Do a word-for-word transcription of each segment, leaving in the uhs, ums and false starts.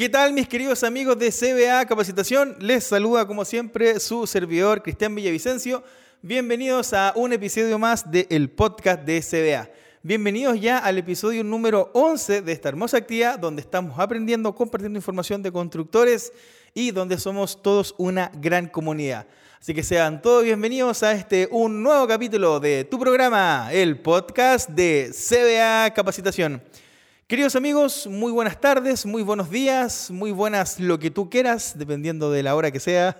¿Qué tal, mis queridos amigos de C B A Capacitación? Les saluda como siempre su servidor Cristian Villavicencio. Bienvenidos a un episodio más del podcast de C B A. Bienvenidos ya al episodio número once de esta hermosa actividad donde estamos aprendiendo, compartiendo información de constructores y donde somos todos una gran comunidad. Así que sean todos bienvenidos a este un nuevo capítulo de tu programa, el podcast de C B A Capacitación. Queridos amigos, muy buenas tardes, muy buenos días, muy buenas lo que tú quieras, dependiendo de la hora que sea.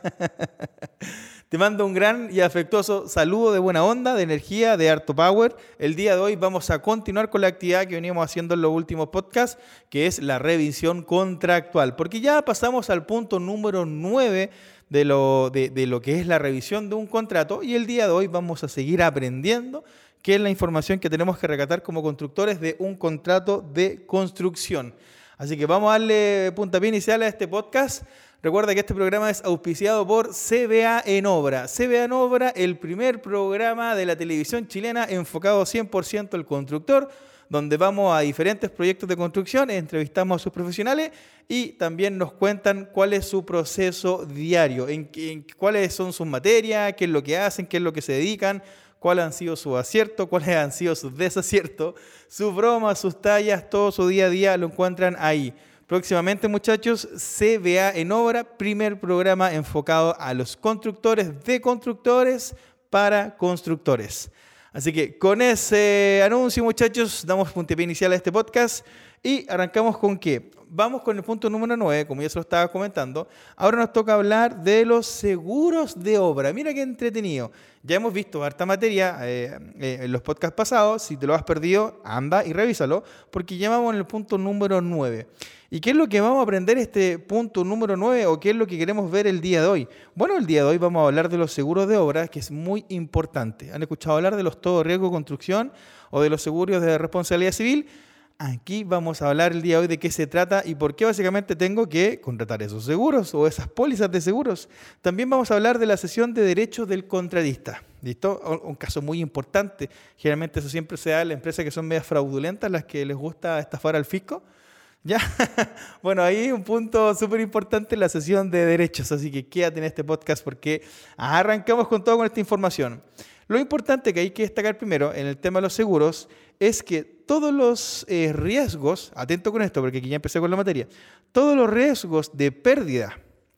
Te mando un gran y afectuoso saludo de buena onda, de energía, de harto power. El día de hoy vamos a continuar con la actividad que veníamos haciendo en los últimos podcasts, que es la revisión contractual. Porque ya pasamos al punto número nueve de lo, de, de lo que es la revisión de un contrato y el día de hoy vamos a seguir aprendiendo qué es la información que tenemos que recatar como constructores de un contrato de construcción. Así que vamos a darle puntapié inicial a este podcast. Recuerda que este programa es auspiciado por C B A en Obra. C B A en Obra, el primer programa de la televisión chilena enfocado cien por ciento al constructor, donde vamos a diferentes proyectos de construcción, entrevistamos a sus profesionales y también nos cuentan cuál es su proceso diario, en, en cuáles son sus materias, qué es lo que hacen, qué es lo que se dedican, cuáles han sido sus aciertos, cuáles han sido sus desaciertos, sus bromas, sus tallas, todo su día a día lo encuentran ahí. Próximamente, muchachos, C B A en Obra, primer programa enfocado a los constructores de constructores para constructores. Así que con ese anuncio, muchachos, damos puntapié inicial a este podcast y arrancamos con qué. Vamos con el punto número nueve, como ya se lo estaba comentando. Ahora nos toca hablar de los seguros de obra. Mira qué entretenido. Ya hemos visto harta materia eh, eh, en los podcasts pasados. Si te lo has perdido, anda y revísalo, porque ya vamos en el punto número nueve. ¿Y qué es lo que vamos a aprender este punto número nueve o qué es lo que queremos ver el día de hoy? Bueno, el día de hoy vamos a hablar de los seguros de obra, que es muy importante. ¿Han escuchado hablar de los todo riesgo construcción o de los seguros de responsabilidad civil? Aquí vamos a hablar el día de hoy de qué se trata y por qué básicamente tengo que contratar esos seguros o esas pólizas de seguros. También vamos a hablar de la cesión de derechos del contratista. ¿Listo? Un caso muy importante. Generalmente eso siempre se da en las empresas que son medias fraudulentas, las que les gusta estafar al fisco. ¿Ya? Bueno, ahí un punto súper importante, la cesión de derechos. Así que quédate en este podcast porque arrancamos con todo con esta información. Lo importante que hay que destacar primero en el tema de los seguros es que todos los eh, riesgos, atento con esto porque aquí ya empecé con la materia, todos los riesgos de pérdida,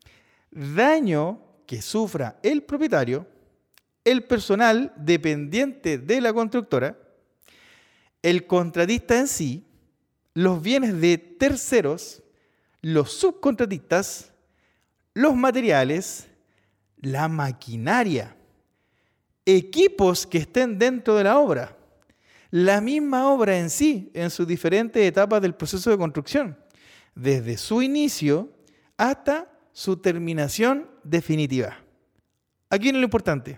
daño que sufra el propietario, el personal dependiente de la constructora, el contratista en sí, los bienes de terceros, los subcontratistas, los materiales, la maquinaria, equipos que estén dentro de la obra, la misma obra en sí, en sus diferentes etapas del proceso de construcción, desde su inicio hasta su terminación definitiva. Aquí viene lo importante.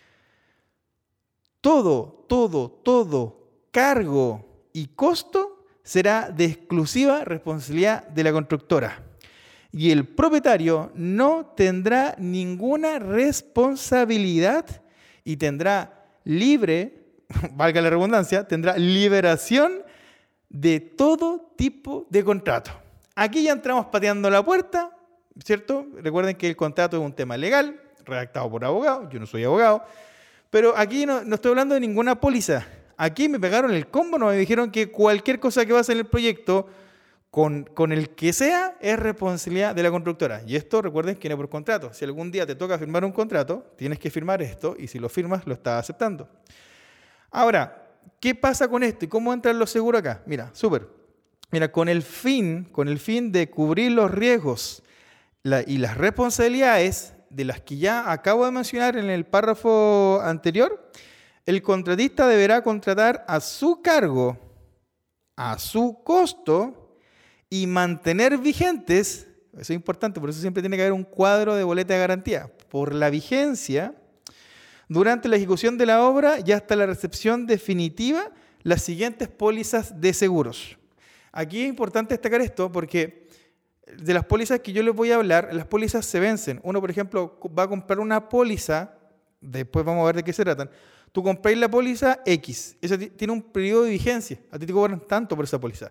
Todo, todo, todo cargo y costo será de exclusiva responsabilidad de la constructora. Y el propietario no tendrá ninguna responsabilidad y tendrá libre, valga la redundancia, tendrá liberación de todo tipo de contrato. Aquí ya entramos pateando la puerta, ¿cierto? Recuerden que el contrato es un tema legal, redactado por abogado, yo no soy abogado, pero aquí no, no estoy hablando de ninguna póliza. Aquí me pegaron el combo, no me dijeron que cualquier cosa que pase en el proyecto, con, con el que sea, es responsabilidad de la constructora. Y esto, recuerden que no es por contrato. Si algún día te toca firmar un contrato, tienes que firmar esto, y si lo firmas, lo estás aceptando. Ahora, ¿qué pasa con esto y cómo entran los seguros acá? Mira, súper. Mira, con el fin, con el fin de cubrir los riesgos la, y las responsabilidades de las que ya acabo de mencionar en el párrafo anterior, el contratista deberá contratar a su cargo, a su costo y mantener vigentes, eso es importante, por eso siempre tiene que haber un cuadro de boleta de garantía, por la vigencia, durante la ejecución de la obra y hasta la recepción definitiva, las siguientes pólizas de seguros. Aquí es importante destacar esto porque de las pólizas que yo les voy a hablar, las pólizas se vencen. Uno, por ejemplo, va a comprar una póliza, después vamos a ver de qué se tratan. Tú compráis la póliza X, esa tiene un periodo de vigencia, a ti te cobran tanto por esa póliza.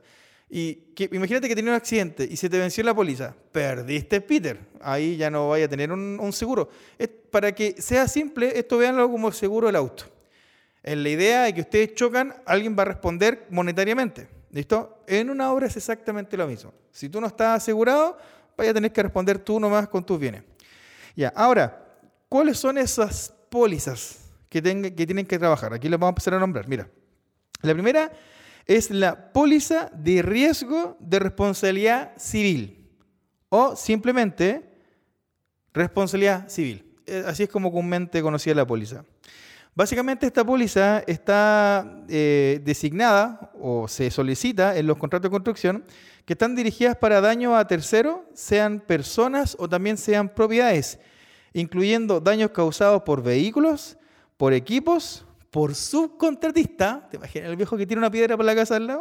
Y que, imagínate que tenías un accidente y se te venció la póliza. Perdiste, Peter. Ahí ya no vaya a tener un, un seguro. Es, para que sea simple, esto véanlo como el seguro del auto. En la idea de que ustedes chocan, alguien va a responder monetariamente. ¿Listo? En una obra es exactamente lo mismo. Si tú no estás asegurado, vaya a tener que responder tú nomás con tus bienes. Ya, ahora, ¿cuáles son esas pólizas que, tenga, que tienen que trabajar? Aquí las vamos a empezar a nombrar. Mira, la primera es la póliza de riesgo de responsabilidad civil o simplemente responsabilidad civil. Así es como comúnmente conocida la póliza. Básicamente esta póliza está eh, designada o se solicita en los contratos de construcción que están dirigidas para daños a terceros, sean personas o también sean propiedades, incluyendo daños causados por vehículos, por equipos, por subcontratista, ¿te imaginas el viejo que tira una piedra por la casa al lado?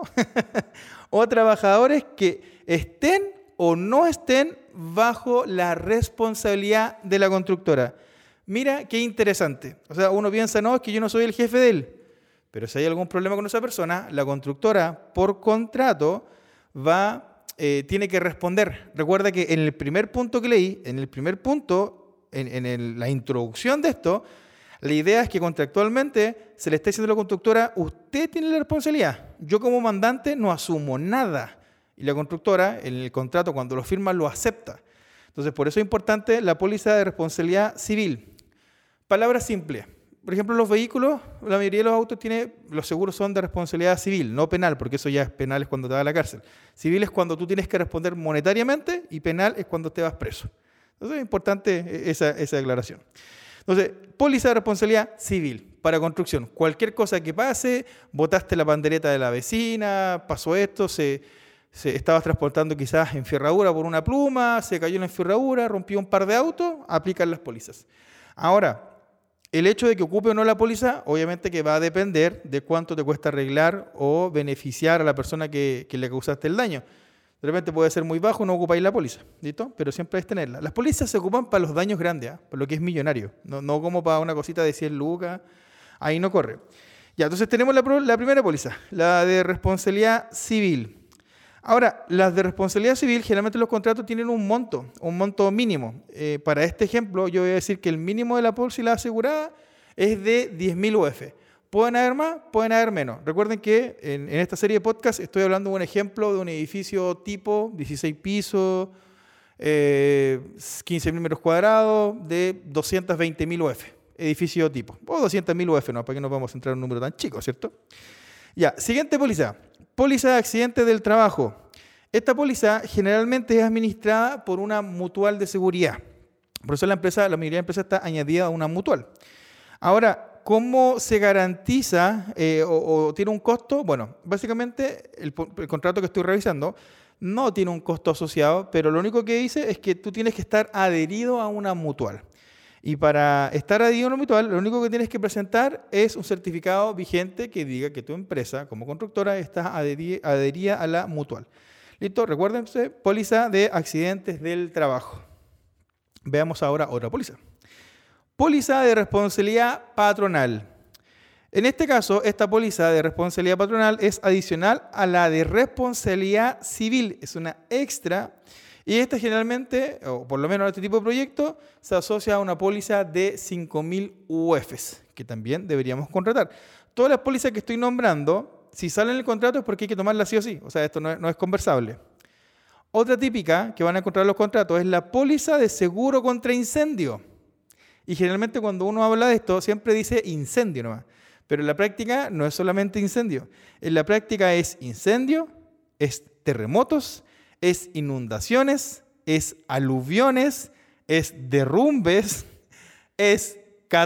O trabajadores que estén o no estén bajo la responsabilidad de la constructora. Mira qué interesante. O sea, uno piensa, no, es que yo no soy el jefe de él. Pero si hay algún problema con esa persona, la constructora, por contrato, va, eh, tiene que responder. Recuerda que en el primer punto que leí, en el primer punto, en, en el, la introducción de esto, la idea es que contractualmente se le está diciendo a la constructora, usted tiene la responsabilidad. Yo como mandante no asumo nada. Y la constructora, en el contrato, cuando lo firma, lo acepta. Entonces, por eso es importante la póliza de responsabilidad civil. Palabras simples. Por ejemplo, los vehículos, la mayoría de los autos tiene, los seguros son de responsabilidad civil, no penal, porque eso ya es penal es cuando te vas a la cárcel. Civil es cuando tú tienes que responder monetariamente y penal es cuando te vas preso. Entonces es importante esa, esa declaración. Entonces, póliza de responsabilidad civil para construcción. Cualquier cosa que pase, botaste la pandereta de la vecina, pasó esto, se, se estabas transportando quizás enferradura por una pluma, se cayó la enferradura, rompió un par de autos, aplican las pólizas. Ahora, el hecho de que ocupe o no la póliza, obviamente que va a depender de cuánto te cuesta arreglar o beneficiar a la persona que, que le causaste el daño. De repente puede ser muy bajo, no ocupáis la póliza, ¿listo? Pero siempre es tenerla. Las pólizas se ocupan para los daños grandes, ¿eh? Por lo que es millonario, no, no como para una cosita de cien lucas, ahí no corre. Ya, entonces tenemos la, la primera póliza, la de responsabilidad civil. Ahora, las de responsabilidad civil, generalmente los contratos tienen un monto, un monto mínimo. Eh, para este ejemplo, yo voy a decir que el mínimo de la póliza asegurada es de diez mil U F. ¿Pueden haber más? Pueden haber menos. Recuerden que en, en esta serie de podcast estoy hablando de un ejemplo de un edificio tipo dieciséis pisos, eh, quince mil metros cuadrados, de doscientos veinte mil U F. Edificio tipo. O doscientos mil U F, no, para que no vamos a entrar en un número tan chico, ¿cierto? Ya, siguiente póliza. Póliza de accidentes del trabajo. Esta póliza generalmente es administrada por una mutual de seguridad. Por eso la empresa, la mayoría de empresas está añadida a una mutual. Ahora, ¿cómo se garantiza eh, o, o tiene un costo? Bueno, básicamente el, el contrato que estoy revisando no tiene un costo asociado, pero lo único que dice es que tú tienes que estar adherido a una mutual. Y para estar adherido a una mutual, lo único que tienes que presentar es un certificado vigente que diga que tu empresa, como constructora, está adherida a la mutual. ¿Listo? Recuérdense, póliza de accidentes del trabajo. Veamos ahora otra póliza. Póliza de responsabilidad patronal. En este caso, esta póliza de responsabilidad patronal es adicional a la de responsabilidad civil. Es una extra. Y esta generalmente, o por lo menos en este tipo de proyecto, se asocia a una póliza de cinco mil U Fs, que también deberíamos contratar. Todas las pólizas que estoy nombrando, si salen en el contrato es porque hay que tomarlas sí o sí. O sea, esto no es, no es conversable. Otra típica que van a encontrar en los contratos es la póliza de seguro contra incendio. Y generalmente cuando uno habla de esto, siempre dice incendio nomás. Pero en la práctica no es solamente incendio. En la práctica es incendio, es terremotos, es inundaciones, es aluviones, es derrumbes, es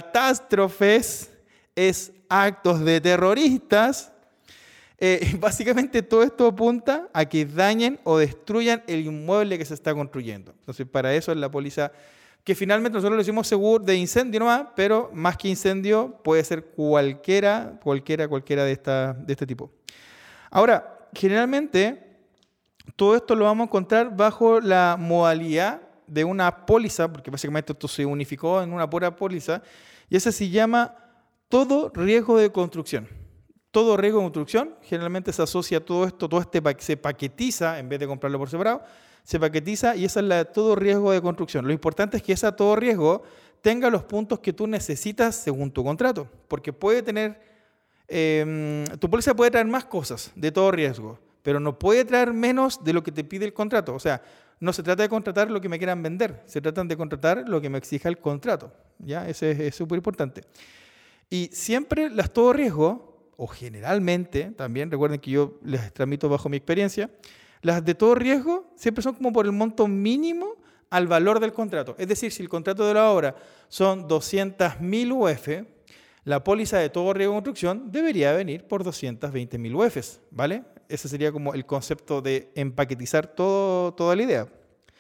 catástrofes, es actos de terroristas. Eh, básicamente todo esto apunta a que dañen o destruyan el inmueble que se está construyendo. Entonces, para eso es la póliza que finalmente nosotros le decimos seguro de incendio nomás, pero más que incendio puede ser cualquiera, cualquiera, cualquiera de, esta, de este tipo. Ahora, generalmente todo esto lo vamos a encontrar bajo la modalidad de una póliza, porque básicamente esto se unificó en una pura póliza, y esa se llama todo riesgo de construcción. todo riesgo de construcción, generalmente se asocia todo esto, todo este pa- se paquetiza, en vez de comprarlo por separado, se paquetiza y esa es la de todo riesgo de construcción. Lo importante es que esa todo riesgo tenga los puntos que tú necesitas según tu contrato, porque puede tener, eh, tu póliza puede traer más cosas de todo riesgo, pero no puede traer menos de lo que te pide el contrato. O sea, no se trata de contratar lo que me quieran vender, se trata de contratar lo que me exija el contrato. ¿Ya? Eso es súper importante. Y siempre las todo riesgo, o generalmente, también recuerden que yo les transmito bajo mi experiencia, las de todo riesgo siempre son como por el monto mínimo al valor del contrato. Es decir, si el contrato de la obra son doscientos mil U F, la póliza de todo riesgo de construcción debería venir por doscientos veinte mil U Fs, ¿vale? Ese sería como el concepto de empaquetizar todo, toda la idea.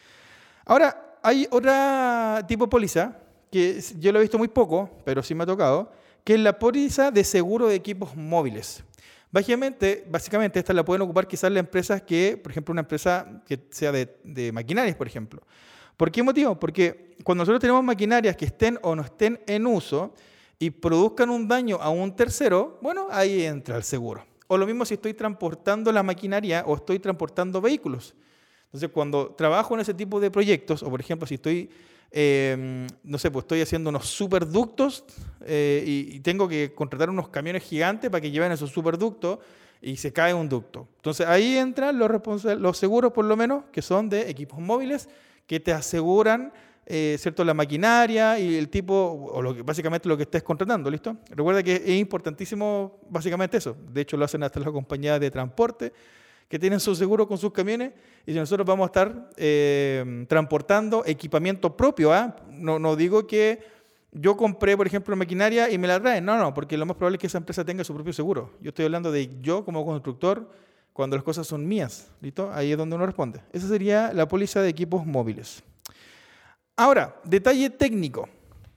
Ahora, hay otro tipo de póliza, que yo lo he visto muy poco, pero sí me ha tocado, que es la póliza de seguro de equipos móviles. Básicamente, básicamente esta la pueden ocupar quizás las empresas que, por ejemplo, una empresa que sea de, de maquinarias, por ejemplo. ¿Por qué motivo? Porque cuando nosotros tenemos maquinarias que estén o no estén en uso y produzcan un daño a un tercero, bueno, ahí entra el seguro. O lo mismo si estoy transportando la maquinaria o estoy transportando vehículos. Entonces, cuando trabajo en ese tipo de proyectos, o por ejemplo, si estoy, eh, no sé, pues estoy haciendo unos superductos eh, y, y tengo que contratar unos camiones gigantes para que lleven esos superductos y se cae un ducto. Entonces, ahí entran los, los seguros, por lo menos, que son de equipos móviles, que te aseguran eh, ¿cierto? La maquinaria y el tipo, o lo que, básicamente lo que estés contratando, ¿listo? Recuerda que es importantísimo básicamente eso. De hecho, lo hacen hasta las compañías de transporte, que tienen su seguro con sus camiones, y si nosotros vamos a estar eh, transportando equipamiento propio, ¿eh? no, no digo que yo compré, por ejemplo, maquinaria y me la traen, no, no, porque lo más probable es que esa empresa tenga su propio seguro. Yo estoy hablando de yo como constructor, cuando las cosas son mías, ¿listo? Ahí es donde uno responde. Esa sería la póliza de equipos móviles. Ahora, detalle técnico,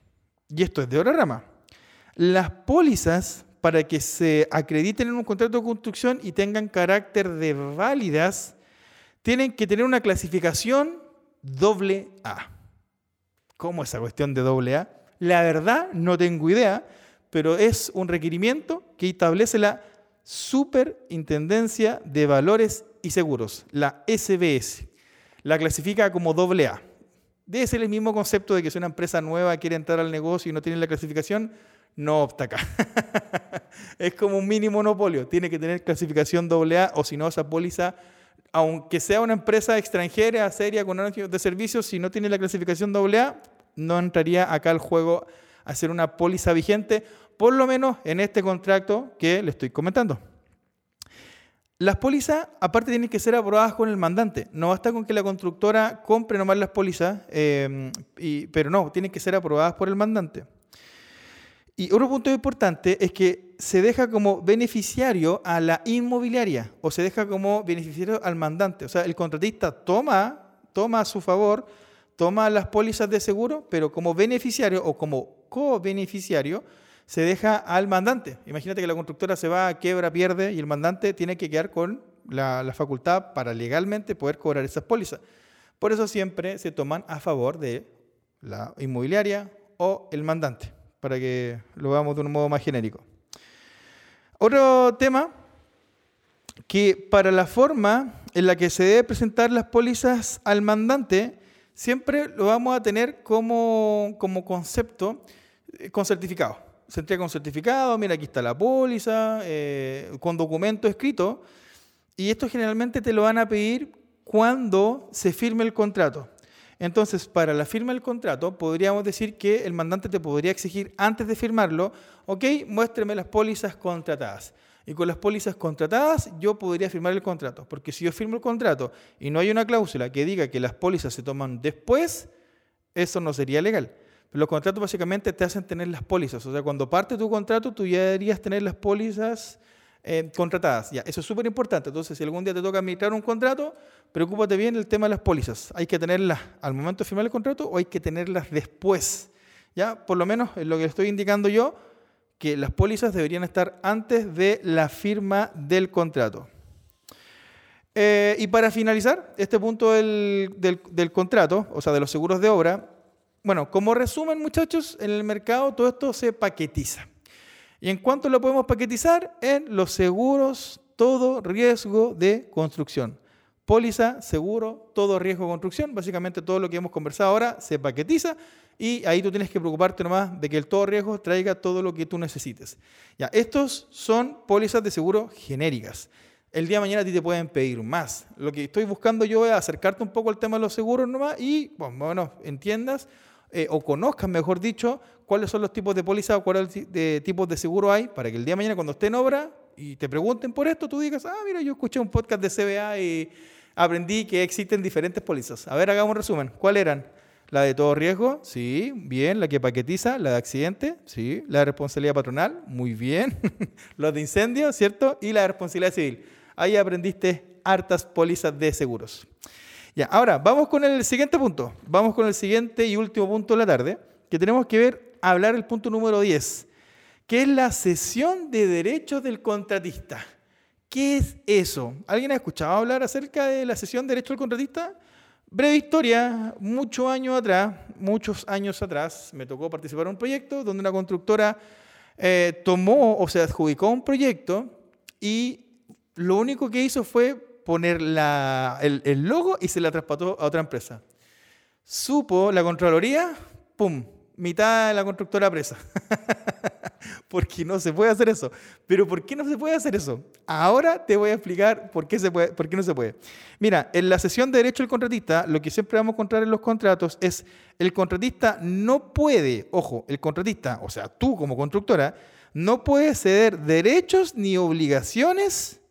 y esto es de otra rama. Las pólizas, para que se acrediten en un contrato de construcción y tengan carácter de válidas, tienen que tener una clasificación doble A. ¿Cómo es esa cuestión de doble A? La verdad, no tengo idea, pero es un requerimiento que establece la Superintendencia de Valores y Seguros, la S B S. La clasifica como doble A. Debe ser el mismo concepto de que si una empresa nueva quiere entrar al negocio y no tiene la clasificación, no opta acá. Es como un mini monopolio. Tiene que tener clasificación doble A o si no, esa póliza, aunque sea una empresa extranjera, seria, con anuncios de servicios, si no tiene la clasificación doble A, no entraría acá al juego a ser una póliza vigente, por lo menos en este contrato que le estoy comentando. Las pólizas, aparte, tienen que ser aprobadas con el mandante. No basta con que la constructora compre nomás las pólizas, eh, y, pero no, tienen que ser aprobadas por el mandante. Y otro punto importante es que se deja como beneficiario a la inmobiliaria o se deja como beneficiario al mandante. O sea, el contratista toma, toma a su favor, toma las pólizas de seguro, pero como beneficiario o como co-beneficiario se deja al mandante. Imagínate que la constructora se va, quiebra, pierde y el mandante tiene que quedar con la, la facultad para legalmente poder cobrar esas pólizas. Por eso siempre se toman a favor de la inmobiliaria o el mandante, para que lo veamos de un modo más genérico. Otro tema, que para la forma en la que se debe presentar las pólizas al mandante, siempre lo vamos a tener como, como concepto con certificado. Se entrega un certificado, mira, aquí está la póliza, eh, con documento escrito, y esto generalmente te lo van a pedir cuando se firme el contrato. Entonces, para la firma del contrato, podríamos decir que el mandante te podría exigir antes de firmarlo, ok, muéstreme las pólizas contratadas. Y con las pólizas contratadas, yo podría firmar el contrato. Porque si yo firmo el contrato y no hay una cláusula que diga que las pólizas se toman después, eso no sería legal. Pero los contratos básicamente te hacen tener las pólizas. O sea, cuando parte tu contrato, tú ya deberías tener las pólizas Eh, contratadas. Ya, eso es súper importante. Entonces, si algún día te toca administrar un contrato, preocúpate bien del tema de las pólizas. ¿Hay que tenerlas al momento de firmar el contrato o hay que tenerlas después? Ya, por lo menos es lo que estoy indicando yo, que las pólizas deberían estar antes de la firma del contrato. Eh, y para finalizar este punto del, del, del contrato, o sea, de los seguros de obra, bueno, como resumen, muchachos, en el mercado todo esto se paquetiza. ¿Y en cuánto lo podemos paquetizar? En los seguros todo riesgo de construcción. Póliza, seguro, todo riesgo de construcción. Básicamente todo lo que hemos conversado ahora se paquetiza y ahí tú tienes que preocuparte nomás de que el todo riesgo traiga todo lo que tú necesites. Ya, estos son pólizas de seguro genéricas. El día de mañana a ti te pueden pedir más. Lo que estoy buscando yo es acercarte un poco al tema de los seguros nomás y, bueno, entiendas eh, o conozcas, mejor dicho, cuáles son los tipos de póliza o cuáles de tipos de seguro hay para que el día de mañana cuando esté en obra y te pregunten por esto, tú digas, ah, mira, yo escuché un podcast de C B A y aprendí que existen diferentes pólizas. A ver, hagamos un resumen. ¿Cuáles eran? La de todo riesgo, sí, bien. La que paquetiza, la de accidente, sí. La de responsabilidad patronal, muy bien. Los de incendio, ¿cierto? Y la de responsabilidad civil. Ahí aprendiste hartas pólizas de seguros. Ya, ahora, vamos con el siguiente punto. Vamos con el siguiente y último punto de la tarde, que tenemos que ver, hablar el punto número diez, que es la cesión de derechos del contratista. ¿Qué es eso? ¿Alguien ha escuchado hablar acerca de la cesión de derechos del contratista? Breve historia, muchos años atrás, muchos años atrás, me tocó participar en un proyecto donde una constructora eh, tomó o se adjudicó un proyecto y lo único que hizo fue poner la, el, el logo y se la traspasó a otra empresa. Supo la Contraloría, ¡pum!, mitad de la constructora presa. Porque no se puede hacer eso. ¿Pero por qué no se puede hacer eso? Ahora te voy a explicar por qué, se puede, por qué no se puede. Mira, en la cesión de derecho del contratista, lo que siempre vamos a encontrar en los contratos es el contratista no puede, ojo, el contratista, o sea, tú como constructora, no puedes ceder derechos ni obligaciones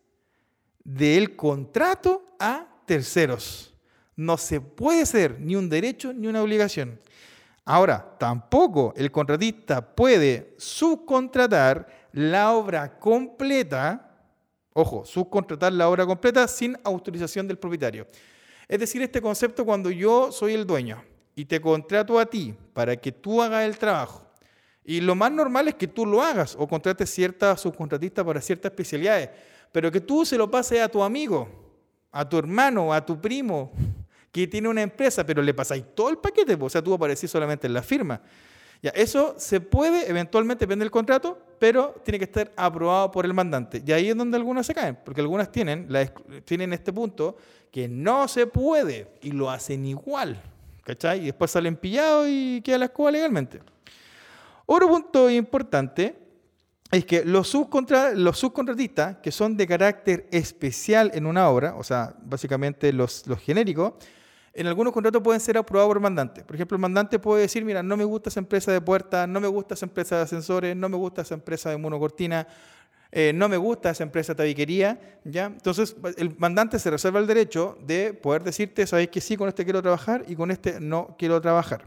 del contrato a terceros. No se puede ceder ni un derecho ni una obligación. Ahora, tampoco el contratista puede subcontratar la obra completa, ojo, subcontratar la obra completa sin autorización del propietario. Es decir, este concepto cuando yo soy el dueño y te contrato a ti para que tú hagas el trabajo, y lo más normal es que tú lo hagas o contrates cierta subcontratista para ciertas especialidades, pero que tú se lo pases a tu amigo, a tu hermano, a tu primo, que tiene una empresa, pero le pasáis todo el paquete, o sea, tú aparecís solamente en la firma. Ya, eso se puede, eventualmente depende del contrato, pero tiene que estar aprobado por el mandante. Y ahí es donde algunas se caen, porque algunas tienen, la, tienen este punto que no se puede y lo hacen igual, ¿cachai? Y después salen pillados y queda la escoba legalmente. Otro punto importante es que los, subcontra, los subcontratistas, que son de carácter especial en una obra, o sea, básicamente los, los genéricos, en algunos contratos pueden ser aprobados por el mandante. Por ejemplo, el mandante puede decir, mira, no me gusta esa empresa de puertas, no me gusta esa empresa de ascensores, no me gusta esa empresa de monocortina, eh, no me gusta esa empresa de tabiquería, ¿ya? Entonces, el mandante se reserva el derecho de poder decirte, sabes que sí, con este quiero trabajar y con este no quiero trabajar.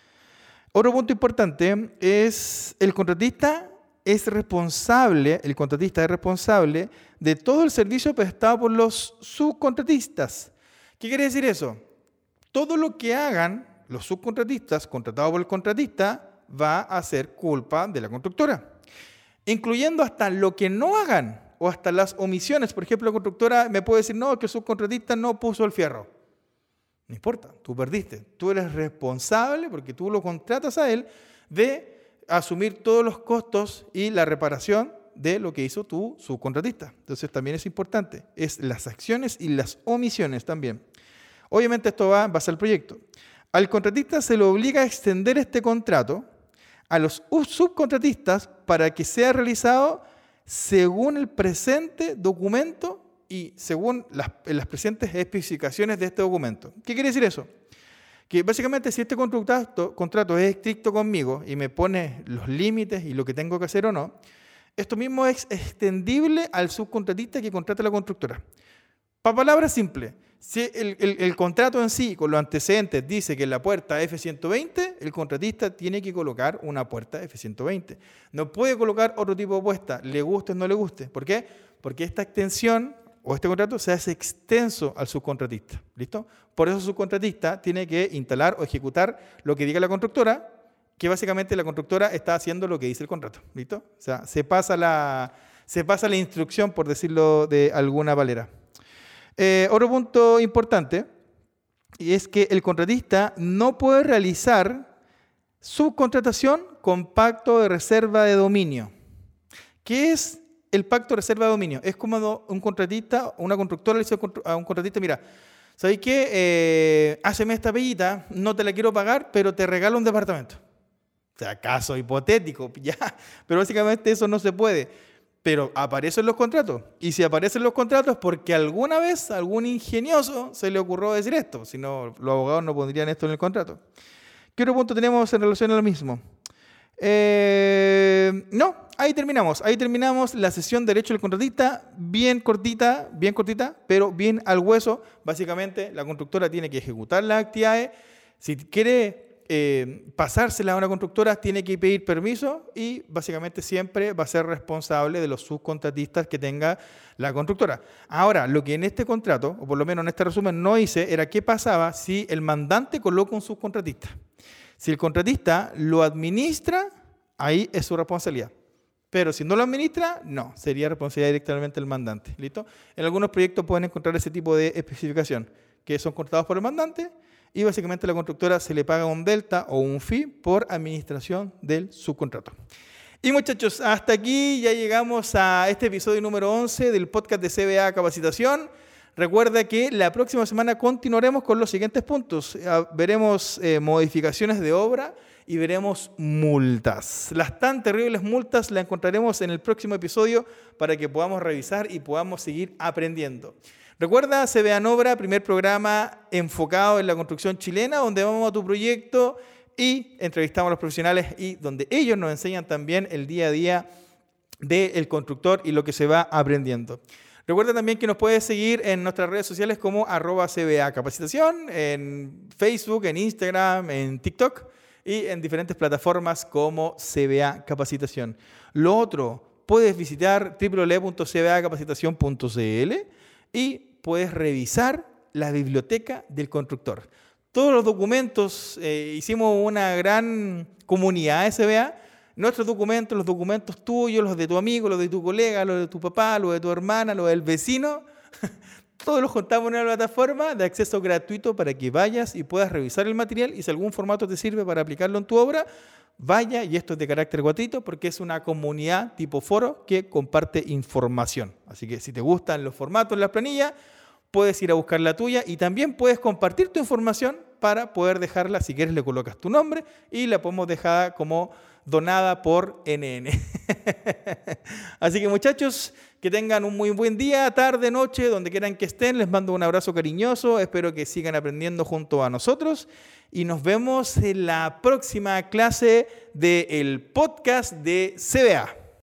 Otro punto importante es el contratista es responsable, el contratista es responsable de todo el servicio prestado por los subcontratistas. ¿Qué quiere decir eso? Todo lo que hagan los subcontratistas, contratados por el contratista, va a ser culpa de la constructora, incluyendo hasta lo que no hagan o hasta las omisiones. Por ejemplo, la constructora me puede decir, no, que el subcontratista no puso el fierro. No importa, tú perdiste. Tú eres responsable, porque tú lo contratas a él, de asumir todos los costos y la reparación de lo que hizo tu subcontratista. Entonces también es importante, es las acciones y las omisiones también. Obviamente esto va en base al proyecto. Al contratista se le obliga a extender este contrato a los subcontratistas para que sea realizado según el presente documento y según las, las presentes especificaciones de este documento. ¿Qué quiere decir eso? Que básicamente si este contrato, contrato es estricto conmigo y me pone los límites y lo que tengo que hacer o no, esto mismo es extendible al subcontratista que contrata la constructora. Para palabras simples, si el, el, el contrato en sí, con los antecedentes, dice que la puerta F ciento veinte, el contratista tiene que colocar una puerta F ciento veinte. No puede colocar otro tipo de puesta, le guste o no le guste. ¿Por qué? Porque esta extensión o este contrato se hace extenso al subcontratista. ¿Listo? Por eso el subcontratista tiene que instalar o ejecutar lo que diga la constructora, que básicamente la constructora está haciendo lo que dice el contrato. ¿Listo? O sea, se pasa la, se pasa la instrucción, por decirlo de alguna manera. Eh, otro punto importante y es que el contratista no puede realizar subcontratación con pacto de reserva de dominio. ¿qué es el pacto de reserva de dominio? Es como un contratista, una constructora le dice a un contratista, mira, ¿sabes qué? Eh, háceme esta pellita, no te la quiero pagar, pero te regalo un departamento. O sea, caso hipotético, ya, pero básicamente eso no se puede. Pero aparecen los contratos. Y si aparecen los contratos, porque alguna vez algún ingenioso se le ocurrió decir esto. Si no, los abogados no pondrían esto en el contrato. ¿Qué otro punto tenemos en relación a lo mismo? Eh, no, ahí terminamos. Ahí terminamos la sesión de derecho del contratista. Bien cortita, bien cortita, pero bien al hueso. Básicamente, la constructora tiene que ejecutar las actividades. Si quiere Eh, pasársela a una constructora, tiene que pedir permiso y básicamente siempre va a ser responsable de los subcontratistas que tenga la constructora. Ahora, lo que en este contrato, o por lo menos en este resumen, no hice, era qué pasaba si el mandante coloca un subcontratista. Si el contratista lo administra, ahí es su responsabilidad. Pero si no lo administra, no, sería responsabilidad directamente del mandante. ¿Listo? En algunos proyectos pueden encontrar ese tipo de especificación, que son contratados por el mandante, y básicamente a la constructora se le paga un delta o un fee por administración del subcontrato. Y muchachos, hasta aquí ya llegamos a este episodio número once del podcast de C B A Capacitación. Recuerda que la próxima semana continuaremos con los siguientes puntos. Veremos eh, modificaciones de obra y veremos multas. Las tan terribles multas las encontraremos en el próximo episodio para que podamos revisar y podamos seguir aprendiendo. Recuerda, C B A en Obra, primer programa enfocado en la construcción chilena, donde vamos a tu proyecto y entrevistamos a los profesionales y donde ellos nos enseñan también el día a día del constructor y lo que se va aprendiendo. Recuerda también que nos puedes seguir en nuestras redes sociales como arroba C B A Capacitación, en Facebook, en Instagram, en TikTok y en diferentes plataformas como C B A Capacitación. Lo otro, puedes visitar w w w punto c b a capacitación punto c l y puedes revisar la biblioteca del constructor. Todos los documentos, eh, hicimos una gran comunidad de C B A. Nuestros documentos, los documentos tuyos, los de tu amigo, los de tu colega, los de tu papá, los de tu hermana, los del vecino, todos los contamos en una plataforma de acceso gratuito para que vayas y puedas revisar el material y si algún formato te sirve para aplicarlo en tu obra, vaya, y esto es de carácter gratuito porque es una comunidad tipo foro que comparte información. Así que si te gustan los formatos, las planillas, puedes ir a buscar la tuya y también puedes compartir tu información para poder dejarla, si quieres le colocas tu nombre y la podemos dejar como donada por N N. Así que muchachos, que tengan un muy buen día, tarde, noche, donde quieran que estén. Les mando un abrazo cariñoso, espero que sigan aprendiendo junto a nosotros y nos vemos en la próxima clase del podcast de C B A.